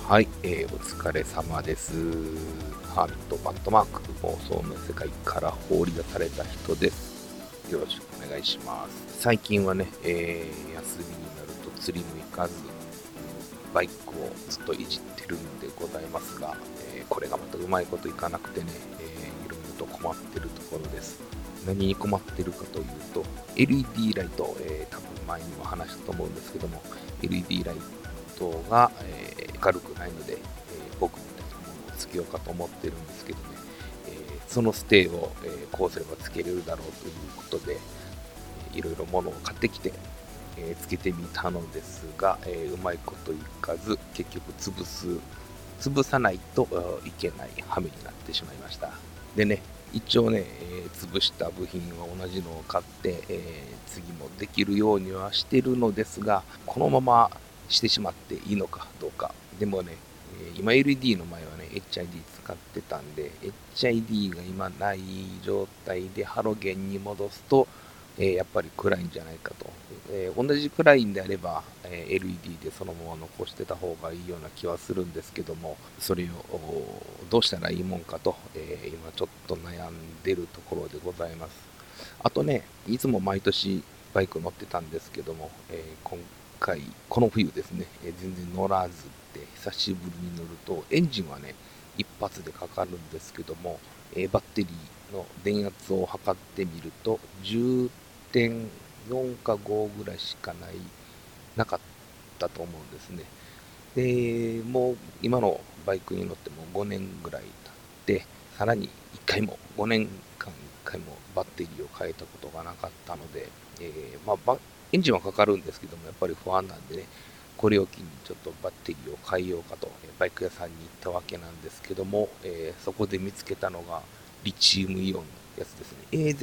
はい、お疲れ様です。ハーミットバットマーク妄想の世界から放り出された人です。よろしくお願いします。最近はね、休みになると釣りも行かず、バイクをずっといじってるんでございますが、これがまたうまいこといかなくてね、いろいろと困ってるところです。何に困ってるかというと、LED ライト、多分前にも話したと思うんですけども、LED ライトが、明るくないので、僕みたいなものをつけようかと思ってるんですけどね、そのステイを、こうすればつけれるだろうということで、いろいろ物を買ってきて、つけてみたのですが、うまいこといかず、結局潰さないといけない羽目になってしまいました。でね、一応ね、潰した部品は同じのを買って、次もできるようにはしてるのですが、このまましてしまっていいのかどうか。でもね、今 LED の前はね、HID 使ってたんで、HID が今ない状態でハロゲンに戻すと、やっぱり暗いんじゃないかと。同じ暗いんであれば、LED でそのまま残してた方がいいような気はするんですけども、それをどうしたらいいもんかと、今ちょっと悩んでるところでございます。あとね、いつも毎年バイク乗ってたんですけども、今回、この冬ですね、全然乗らずで、久しぶりに乗ると、エンジンはね、一発でかかるんですけども、バッテリーの電圧を測ってみると、10.4か5ぐらいしかなかったと思うんですね。で、もう今のバイクに乗っても5年ぐらい経って、さらに1回も、5年間1回もバッテリーを変えたことがなかったので、エンジンはかかるんですけども、やっぱり不安なんでね、これを機にちょっとバッテリーを変えようかと、バイク屋さんに行ったわけなんですけども、そこで見つけたのが、リチウムイオンのやつですね。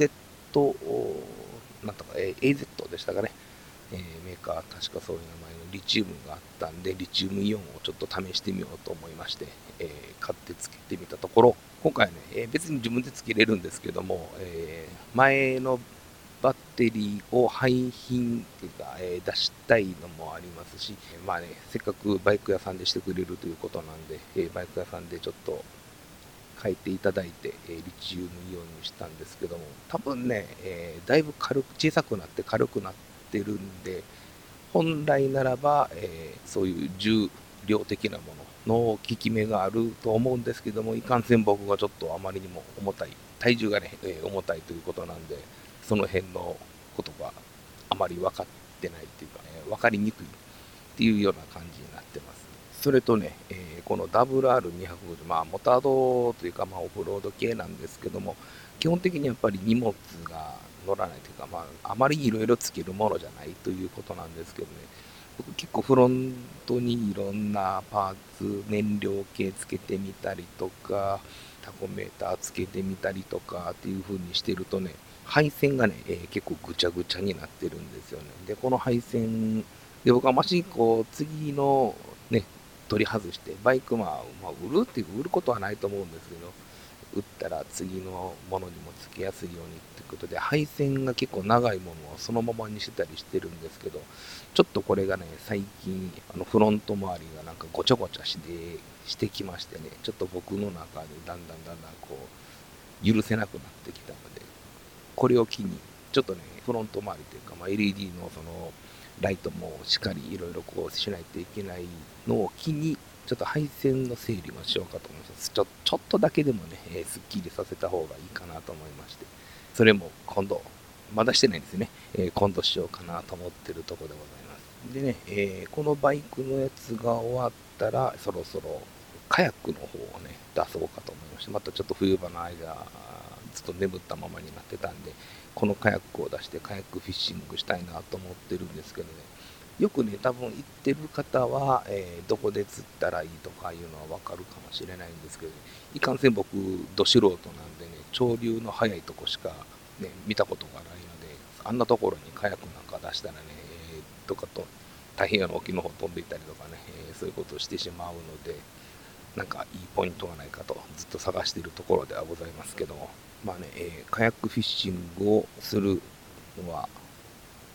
なんとか、AZ でしたかね。メーカー確かそういう名前のリチウムがあったんで、リチウムイオンをちょっと試してみようと思いまして、買ってつけてみたところ、今回はね、別に自分でつけれるんですけども、前のバッテリーを廃品っていうか、出したいのもありますし、まあね、せっかくバイク屋さんでしてくれるということなんで、バイク屋さんでちょっと変えていただいて、リチウムイオンにしたんですけども、多分ね、だいぶ小さくなって軽くなってるんで、本来ならば、そういう重量的なものの効き目があると思うんですけども、いかんせん僕がちょっとあまりにも重たい、体重がね、重たいということなんで、その辺のことがあまり分かってないっていうか、分かりにくいっていうような感じになってます。それとね、この WR250、まあ、モタードというか、まあ、オフロード系なんですけども、基本的にやっぱり荷物が乗らないというか、まあ、あまりいろいろつけるものじゃないということなんですけどね、僕結構フロントにいろんなパーツ、燃料系つけてみたりとか、タコメーターつけてみたりとかっていう風にしてるとね、配線がね、結構ぐちゃぐちゃになってるんですよね。で、この配線で、僕はもし、こう、次のね、取り外して、バイク、売ることはないと思うんですけど、売ったら次のものにもつけやすいようにってことで、配線が結構長いものをそのままにしてたりしてるんですけど、ちょっとこれがね、最近、フロント周りがなんかごちゃごちゃしてきましてね、ちょっと僕の中でだんだんこう、許せなくなってきたので、これを機に、ちょっとね、フロント周りというか、まあ、LED のその、ライトもしっかりいろいろこうしないといけないのを機に、ちょっと配線の整理もしようかと思います。ちょっとだけでもね、すっきりさせた方がいいかなと思いまして、それも今度、まだしてないんですね。今度しようかなと思ってるところでございます。でね、このバイクのやつが終わったら、そろそろカヤックの方をね、出そうかと思いまして、またちょっと冬場の間、ずっと眠ったままになってたんで、このカヤックを出してカヤックフィッシングしたいなと思ってるんですけどね、よくね、多分行ってる方は、どこで釣ったらいいとかいうのはわかるかもしれないんですけど、ね、いかんせん僕、ど素人なんでね、潮流の速いとこしか、ね、見たことがないので、あんなところにカヤックなんか出したらね、どっかと太平洋の沖の方飛んでいったりとかね、そういうことをしてしまうので、なんかいいポイントがないかとずっと探しているところではございますけども、まあね、カヤックフィッシングをするのは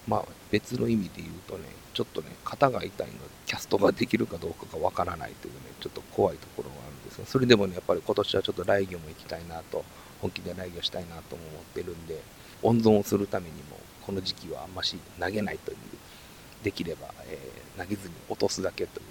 別の意味で言うとね、ちょっとね、肩が痛いので、キャストができるかどうかがわからないというね、ちょっと怖いところがあるんですが、それでもね、やっぱり今年はちょっと来魚も行きたいなと、本気で来魚したいなとも思ってるんで、温存をするためにも、この時期はあんまし投げないという、できれば、投げずに落とすだけという、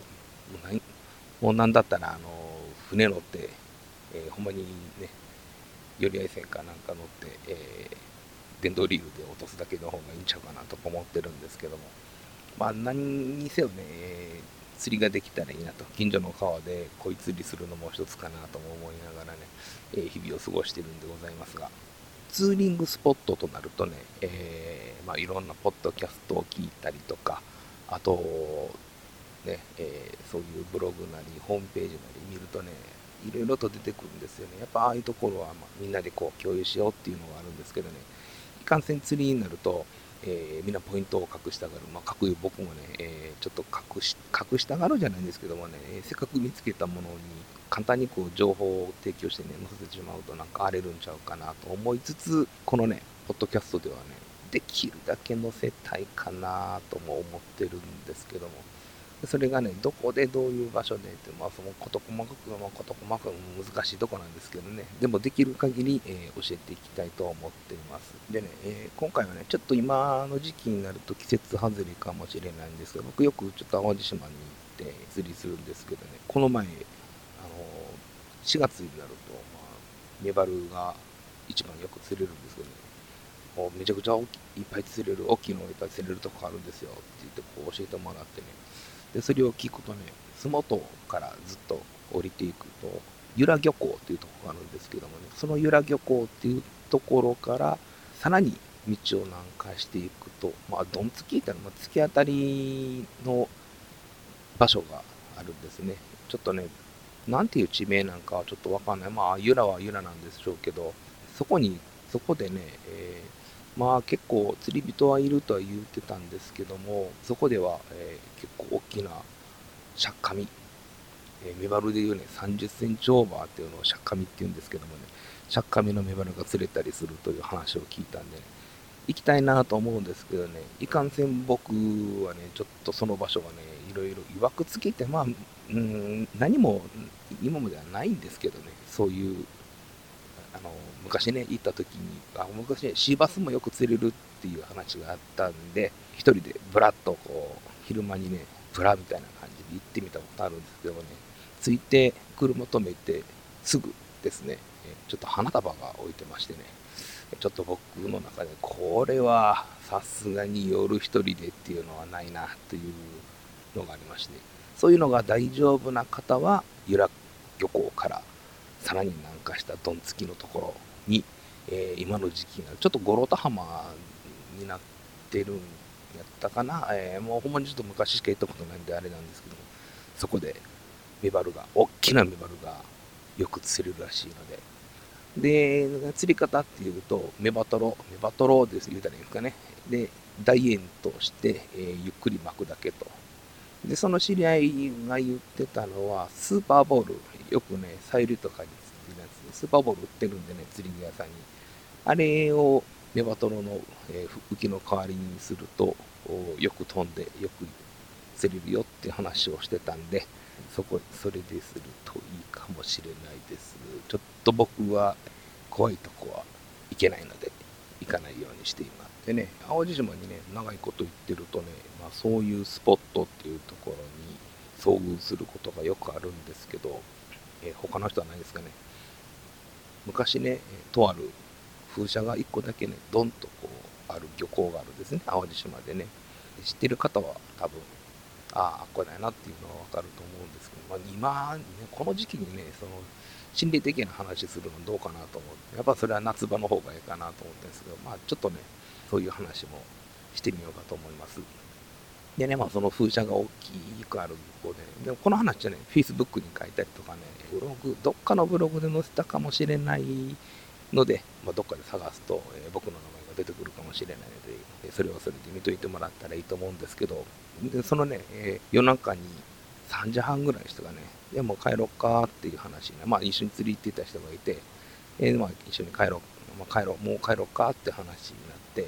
もうなんだったら、船乗って、ほんまにね、寄り合い船かなんか乗って、電動リールで落とすだけの方がいいんちゃうかなとか思ってるんですけども、何にせよね、釣りができたらいいなと、近所の川で鯉釣りするのも一つかなとも思いながらね、日々を過ごしているんでございますが、ツーリングスポットとなるとね、いろんなポッドキャストを聞いたりとか、あと、ね、そういうブログなり、ホームページなり見るとね、いろいろと出てくるんですよね。やっぱああいうところは、みんなでこう共有しようっていうのがあるんですけどね、いかんせん釣りになると、みんなポイントを隠したがる、隠僕もね、ちょっと隠したがるじゃないんですけどもね、せっかく見つけたものに簡単にこう情報を提供してね、載せてしまうとなんか荒れるんちゃうかなと思いつつ、このね、ポッドキャストではね、できるだけ載せたいかなとも思ってるんですけども、それがね、どこでどういう場所でって、その事細かく難しいとこなんですけどね、でもできる限り、教えていきたいと思っています。でね、今回はね、ちょっと今の時期になると季節外れかもしれないんですが、僕よくちょっと淡路島に行って釣りするんですけどね、この前、4月になると、メバルが一番よく釣れるんですけどね、もうめちゃくちゃいっぱい釣れる、大きいのがいっぱい釣れるとこあるんですよって言ってこう教えてもらってね、でそれを聞くとね、洲本からずっと降りていくと、由良漁港っていうところがあるんですけどもね、その由良漁港っていうところから、さらに道を南下していくと、ドンツキーってのは突き当たりの場所があるんですね。ちょっとね、なんていう地名なんかはちょっとわかんない。由良は由良なんでしょうけど、そこに、そこでね、結構釣り人はいるとは言ってたんですけども、そこでは、結構大きなシャッカミ、メバルでいうね、30センチオーバーっていうのをシャッカミって言うんですけどもね、シャッカミのメバルが釣れたりするという話を聞いたんでね、行きたいなと思うんですけどね、いかんせん僕はね、ちょっとその場所がね、いろいろ曰くつけて、何も今まではないんですけどね、そういう昔ね、行った時に、昔ね、シーバスもよく釣れるっていう話があったんで、一人でブラッとこう、昼間にね、ブラみたいな感じで行ってみたことあるんですけどもね、着いて、車止めて、すぐですね、ちょっと花束が置いてましてね、ちょっと僕の中で、これはさすがに夜一人でっていうのはないなというのがありまして、そういうのが大丈夫な方は、由良漁港からさらに南下したドンつきのところに、今の時期がちょっと五郎田浜になってるんやったかな、もうほんまにちょっと昔しか行ったことないんであれなんですけども、そこでメバルが、大きなメバルがよく釣れるらしいので、で、釣り方っていうと、メバトロです、言うたらいいんですかね。で、大円として、ゆっくり巻くだけと。で、その知り合いが言ってたのは、スーパーボール、よくね、サイルとかに釣ってるやつで、スーパーボール売ってるんでね、釣り具屋さんに。あれをネバトロの、浮きの代わりにすると、よく飛んで、よく釣れるよって話をしてたんで、それでするといいかもしれないです。ちょっと僕は怖いとこは行けないので、行かないようにしています。でね、淡路島にね、長いこと行ってるとね、そういうスポットっていうところに遭遇することがよくあるんですけど、他の人はないですかね。昔ね、とある風車が1個だけね、ドンとこうある漁港があるんですね、淡路島でね。知ってる方は多分、あこれだよなっていうのはわかると思うんですけど、今、ね、この時期にね、その心理的な話するのどうかなと思って、やっぱそれは夏場の方がいいかなと思ってるんですけど、ちょっとね、そういう話もしてみようかと思います。でね、その風車が大きくある方で、でもこの話はね、Facebook に書いたりとかね、どっかのブログで載せたかもしれないので、どっかで探すと、僕の名前が出てくるかもしれないので、それはそれで見といてもらったらいいと思うんですけど、でそのね、夜中に3時半ぐらいの人がね、でもう帰ろうかっていう話ね、一緒に釣り行ってた人がいて、一緒に帰ろう、もう帰ろうかって話になって、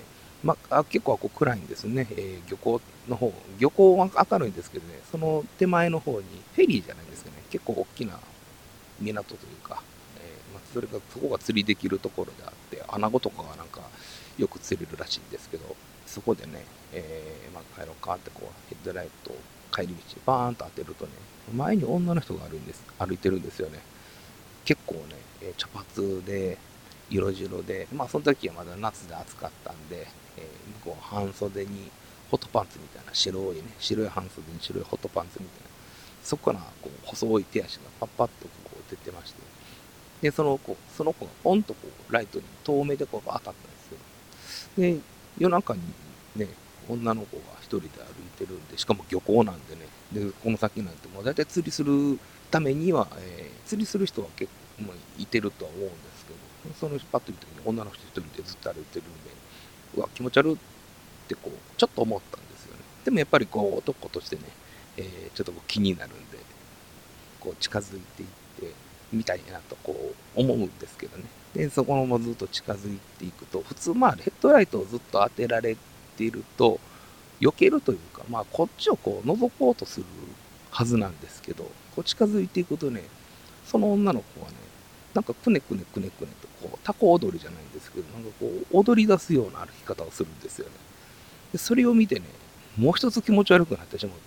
結構暗いんですね、漁港は明るいんですけどね、その手前の方にフェリーじゃないですかね、結構大きな港というか、そこが釣りできるところであって、穴子とかがなんかよく釣れるらしいんですけど、そこでね、帰ろうかってこう、ヘッドライトを帰り道にバーンと当てるとね、前に女の人が歩いてるんですよね。結構ね、茶髪で、色白で、その時はまだ夏で暑かったんで、向こう半袖にホットパンツみたいな、白い半袖に白いホットパンツみたいな、そこからこう細い手足がパッパッとこう出てまして、で、その子がポンとこう、ライトに遠目でこう当たったんですけど、で、夜中にね、女の子が一人で歩いてるんで、しかも漁港なんでね、で、この先なんてもう大体釣りするためには、釣りする人は結構、いてるとは思うんですけど、そのパッと見た時に女の人一人でずっと歩いてるんで、うわ、気持ち悪ってこう、ちょっと思ったんですよね。でもやっぱりこう、男としてね、ちょっとこう気になるんで、こう近づいていってみたいなとこう思うんですけどね。で、そこのままずっと近づいていくと、普通ヘッドライトをずっと当てられていると、避けるというか、こっちをこう覗こうとするはずなんですけど、こう近づいていくとね、その女の子はね、なんかくねくねくねくねと、こう、タコ踊りじゃないんですけど、なんかこう、踊り出すような歩き方をするんですよね。で、それを見てね、もう一つ気持ち悪くなってしまって、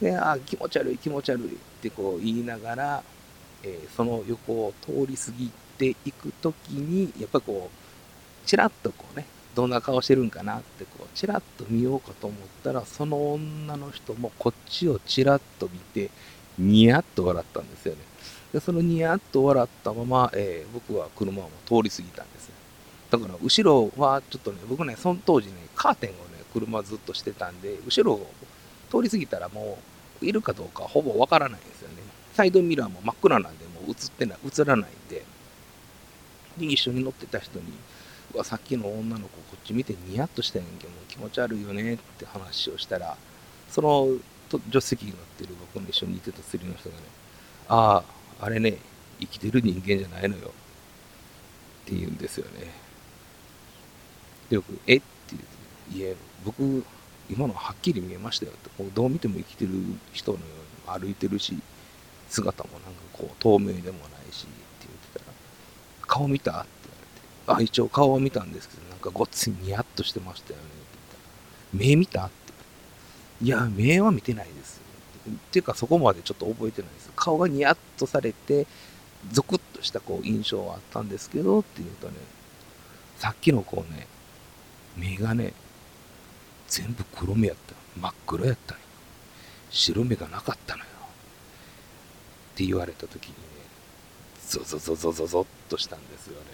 で、気持ち悪い気持ち悪いってこう言いながら、その横を通り過ぎていくときに、やっぱりこう、ちらっとこうね、どんな顔してるんかなってこう、ちらっと見ようかと思ったら、その女の人もこっちをちらっと見て、ニヤッと笑ったんですよね。で、そのニヤッと笑ったまま、僕は車を通り過ぎたんですね。だから、後ろはちょっとね、僕ね、その当時ね、カーテンをね、車ずっとしてたんで、後ろを通り過ぎたらもう、いるかどうかほぼわからないんですよね。サイドミラーも真っ暗なんで、もう映らないんで、で、一緒に乗ってた人に、うわ、さっきの女の子こっち見てニヤッとしたやんけ、もう気持ち悪いよねって話をしたら、その助手席に乗ってる僕の一緒にいてた釣りの人がね、ああ、あれね、生きてる人間じゃないのよって言うんですよね。でよく、えって言うと、いえ、僕、今のはっきり見えましたよって、こうどう見ても生きてる人のように歩いてるし、姿もなんかこう透明でもないしって言ってたら、顔見たって言われて、一応顔は見たんですけど、なんかごっついニヤッとしてましたよねって言ったら、目見たって。いや、目は見てないです。っていうか、そこまでちょっと覚えてないです。顔がニヤッとされて、ゾクッとしたこう印象はあったんですけどって言うとね、さっきのこうね、目がね、全部黒目やった。真っ黒やったんよ。白目がなかったのよ。って言われた時にね、ゾゾゾゾゾゾっとしたんですよね。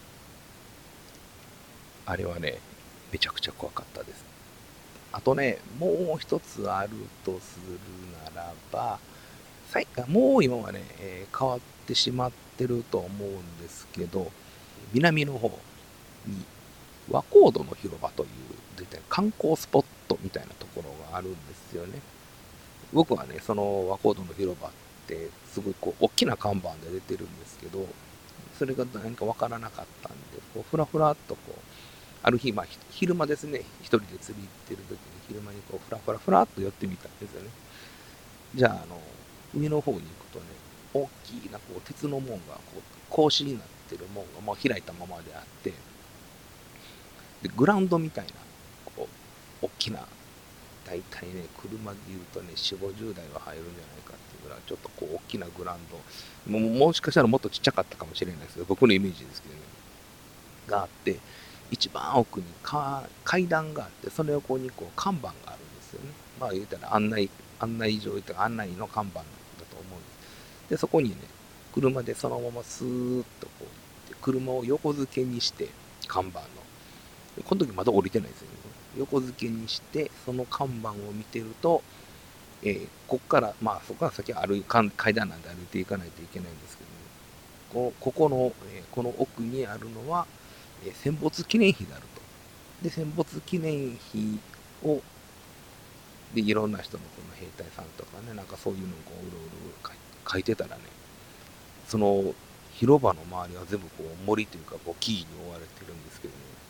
あれはね、めちゃくちゃ怖かったです。あとね、もう一つあるとするならば、もう今はね、変わってしまってると思うんですけど、南の方に和コードの広場という観光スポットみたいなところがあるんですよね。僕はね、その和コードの広場ってすごいこう大きな看板で出てるんですけど、それが何かわからなかったんで、こうふらふらっとこう、ある日、昼間ですね、一人で釣り行ってる時に昼間にこうふらふらふらっと寄ってみたんですよね。じゃあ、海の方に行くとね、大きなこう鉄の門がこう格子になってる門が開いたままであって、でグラウンドみたいなこう大きな、大体ね車で言うとね4 5 0台は入るんじゃないかっていうぐらいちょっとこう大きなグラウンド、もしかしたらもっとちっちゃかったかもしれないですけど、僕のイメージですけどね、があって、一番奥に階段があって、その横にこう看板があるんですよね。言うたら案内状とか案内の看板だと思うんです。で、そこにね、車でそのままスーッとこう行って、車を横付けにして、看板の。この時まだ降りてないですよね。横付けにして、その看板を見てると、こっから、そこから先は階段なんで歩いていかないといけないんですけども、ここの、この奥にあるのは、戦没記念碑であると。で、戦没記念碑を、で、いろんな人のこの兵隊さんとかね、なんかそういうのをこう、うろうろ書いてたらね、その広場の周りは全部こう森というかこう木々に覆われてるんですけどね、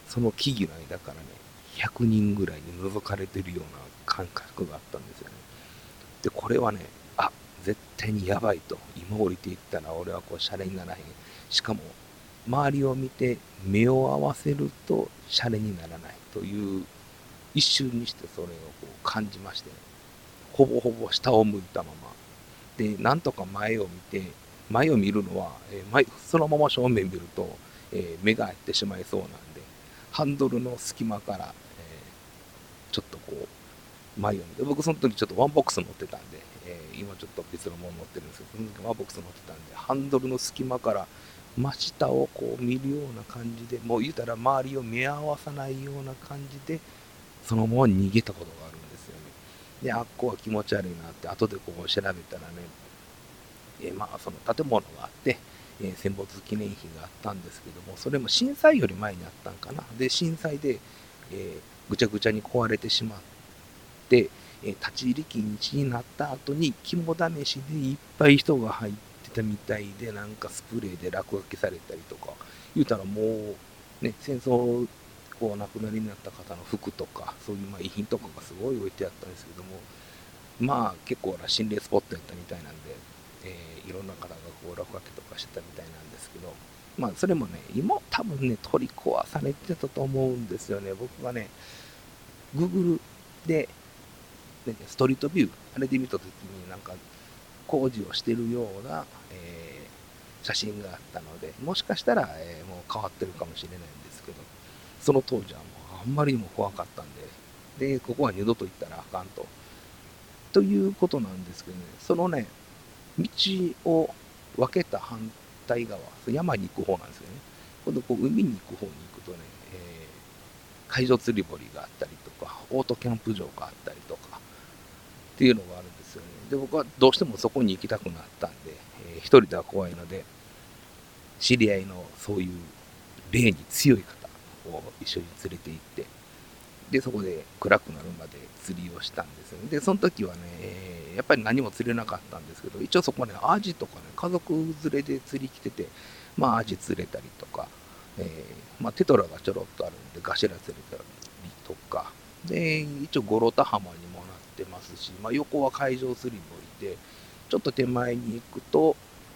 その木々の間からね、100人ぐらいに覗かれてるような感覚があったんですよね。で、これはね、あ、絶対にやばいと。今降りていったら俺はこうシャレにならへん。しかも、周りを見て目を合わせるとシャレにならないという、一瞬にしてそれをこう感じまして、ね、ほぼほぼ下を向いたまま。で、なんとか前を見て、前を見るのは、そのまま正面見ると、目が合ってしまいそうなんで、ハンドルの隙間から、ちょっとこう、前を見て、僕その時ちょっとワンボックス乗ってたんで、今ちょっと別のもの乗ってるんですけど、その時ワンボックス乗ってたんで、ハンドルの隙間から真下をこう見るような感じで、もう言うたら周りを見合わさないような感じで、そのまま逃げたことがあるんですよね。で、あっこは気持ち悪いなって、後でこう調べたらね、まあその建物があって、戦没記念碑があったんですけども、それも震災より前にあったんかな。で、震災で、ぐちゃぐちゃに壊れてしまって、立ち入り禁止になった後に肝試しでいっぱい人が入ってたみたいで、なんかスプレーで落書きされたりとか、言うたらもう、ね、戦争こうお亡くなりになった方の服とか、そういうまあ遺品とかがすごい置いてあったんですけども、まあ結構な心霊スポットやったみたいなんで、いろんな方がこう落書きとかしてたみたいなんですけど、まあそれもね、今多分ね、取り壊されてたと思うんですよね。僕がね、Google で、ね、ストリートビュー、あれで見たときになんか工事をしてるような、写真があったので、もしかしたら、もう変わってるかもしれないんですけど、その当時はもうあんまりにも怖かったんで、で、ここは二度と行ったらあかんということなんですけどね、そのね、道を分けた反対側、山に行く方なんですよね。今度こう海に行く方に行くとね、海上釣り堀があったりとか、オートキャンプ場があったりとか、っていうのがあるんですよね。で、僕はどうしてもそこに行きたくなったんで、一人では怖いので、知り合いのそういう霊に強い方を一緒に連れて行って、で、そこで暗くなるまで釣りをしたんですよね。で、その時はね、やっぱり何も釣れなかったんですけど、一応そこはね、アジとかね、家族連れで釣り来てて、まあ、アジ釣れたりとか、まあ、テトラがちょろっとあるんで、ガシラ釣れたりとか、で、一応ゴロタ浜にもなってますし、まあ、横は海上釣り堀で、ちょっと手前に行くと、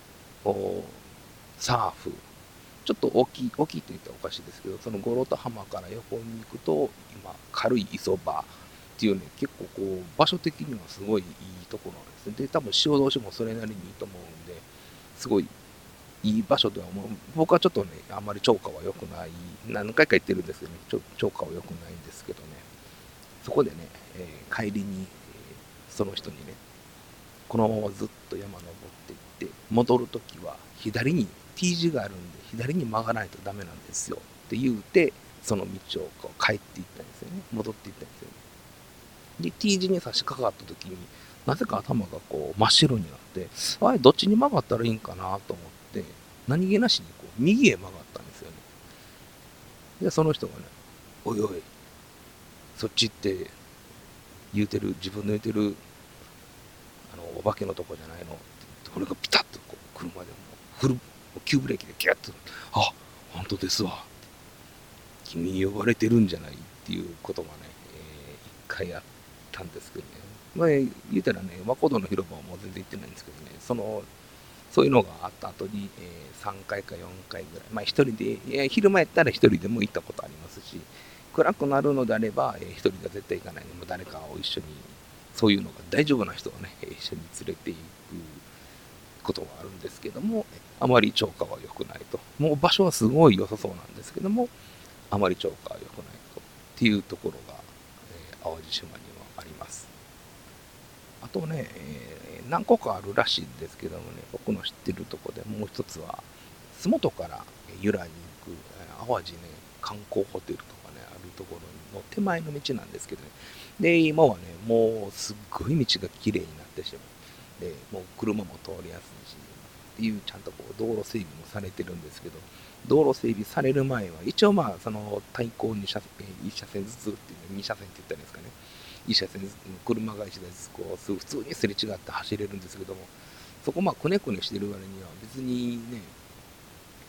サーフ、ちょっと大きいって言ったらおかしいですけど、そのゴロタ浜から横に行くと、今、軽い磯場っていうね、結構こう、場所的にはすごいいいところなんですね。で、多分潮通しもそれなりにいいと思うんで、すごいいい場所では思う。僕はちょっとね、あんまり超過は良くない、何回か行ってるんですけどね、超過は良くないんですけどね、そこでね、帰りに、その人にね、このままずっと山登っていって、戻るときは左に T 字があるんで、左に曲がらないとダメなんですよって言うて、その道をこう帰っていったんですよね。戻っていったんですよね。で、T 字に差し掛かったときに、なぜか頭がこう真っ白になって、あれ、どっちに曲がったらいいんかなと思って、何気なしにこう右へ曲がったんですよね。で、その人がね、おいおい、そっちって自分の言うてるお化けのとこじゃないのって、俺がピタッとこう車でも急ブレーキでギュッと、あ、本当ですわ。君に呼ばれてるんじゃないっていうことがね、一回あったんですけどね。まあ、言うたらね、和光堂の広場はもう全然行ってないんですけどね、そういうのがあった後に、3回か4回ぐらい、まあ一人で、昼間やったら一人でも行ったことありますし、暗くなるのであれば、一人では絶対行かないで、も誰かを一緒に、そういうのが大丈夫な人をね、一緒に連れて行くことがあるんですけども、あまり超過は良くないと。もう場所はすごい良さそうなんですけども、あまり超過は良くないと。っていうところが、淡路島にはあります。あとね、何個かあるらしいんですけどもね、僕の知ってるところでもう一つは、洲本から由良に行く、淡路ね、観光ホテルとかね、あるところの手前の道なんですけどね。で、今はね、もうすっごい道が綺麗になってしまう。で、もう車も通りやすいし、っていうちゃんとこう道路整備もされてるんですけど、道路整備される前は、一応まあ、その対向2車線、1車線ずつっていうね、2車線って言ったらいいんですかね。1車線ずつ、車が1台ずつこう、普通にすれ違って走れるんですけども、そこまあ、くねくねしてる割には別にね、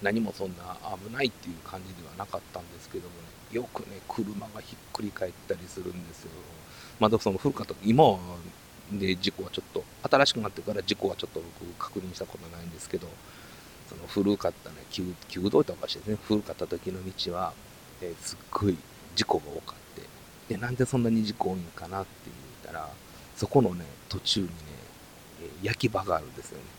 何もそんな危ないっていう感じではなかったんですけどもね、よくね、車がひっくり返ったりするんですよ。まだその古かった今はで事故はちょっと新しくなってから事故はちょっと僕確認したことないんですけど、その古かったね、旧道とかしてね、古かった時の道は、すっごい事故が多かって、でなんでそんなに事故多いんかなって言ったら、そこのね途中にね、焼き場があるんですよね。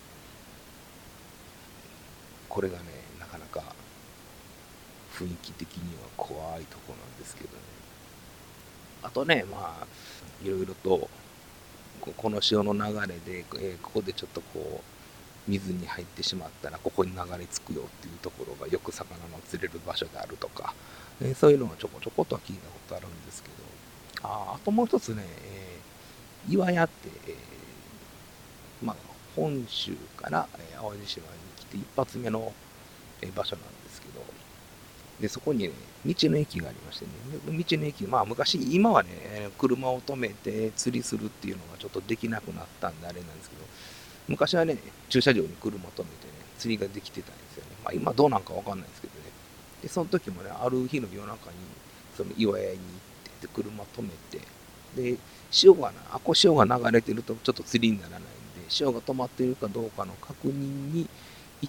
これがね、なかなか雰囲気的には怖いとこなんですけどね。あとね、まあいろいろとこの潮の流れで、ここでちょっとこう水に入ってしまったらここに流れ着くよっていうところがよく魚の釣れる場所であるとか、そういうのはちょこちょことは聞いたことあるんですけど、あともう一つね、岩屋って、まあ、本州から、淡路島に来て一発目の、場所なんですけど、でそこにね、道の駅がありましてね、道の駅、まあ昔、今はね、車を止めて釣りするっていうのがちょっとできなくなったんであれなんですけど、昔はね、駐車場に車を止めてね、釣りができてたんですよね。まあ今どうなんかわかんないですけどね。で、その時もね、ある日の夜中に、その岩屋に行って、で、車止めて、で、潮が潮が流れてるとちょっと釣りにならないんで、潮が止まっているかどうかの確認に行って、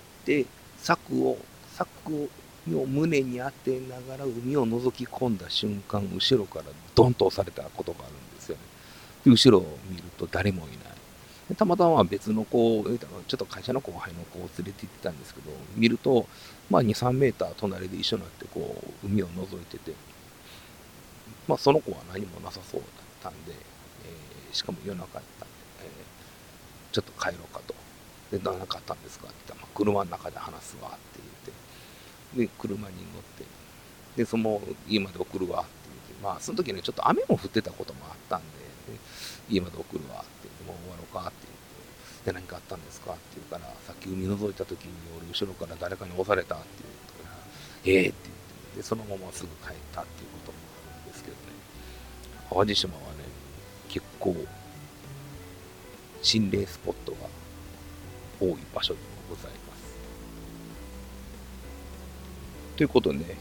柵を胸に当てながら海を覗き込んだ瞬間、後ろからドンと押されたことがあるんですよね。で、後ろを見ると誰もいない。でたまたま別の子、ちょっと会社の後輩の子を連れて行ってたんですけど、見ると、まあ2、3メーター隣で一緒になってこう、海を覗いてて、まあその子は何もなさそうだったんで、しかも夜中だったんで、ちょっと帰ろうかと。で、何かあったんですかって言ったら、まあ、車の中で話すわって言って、で、車に乗って、で、その家まで送るわって言って、まあその時ね、ちょっと雨も降ってたこともあったんで、家まで送るわって言って、もう終わろうかって言って、で、何かあったんですかって言うから、さっき海覗いた時に俺後ろから誰かに押されたって言うから、って言って、で、そのまますぐ帰ったっていうこともあるんですけどね、淡路島はね、結構心霊スポットが多い場所でもございます。ということでね、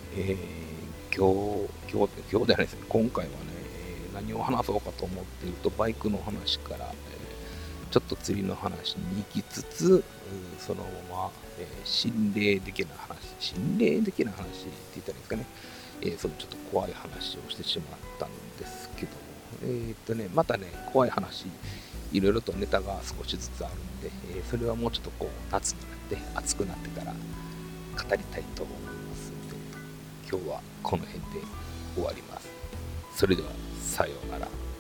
今日じゃないですね、今回はね、何を話そうかと思っていると、バイクの話から、ちょっと釣りの話に行きつつ、そのまま、心霊的な話って言ったらいいですかね、そのちょっと怖い話をしてしまったんですけども、またね、怖い話、いろいろとネタが少しずつあるんで、それはもうちょっとこう夏になって暑くなってから語りたいと思いますので、今日はこの辺で終わります。それではさようなら。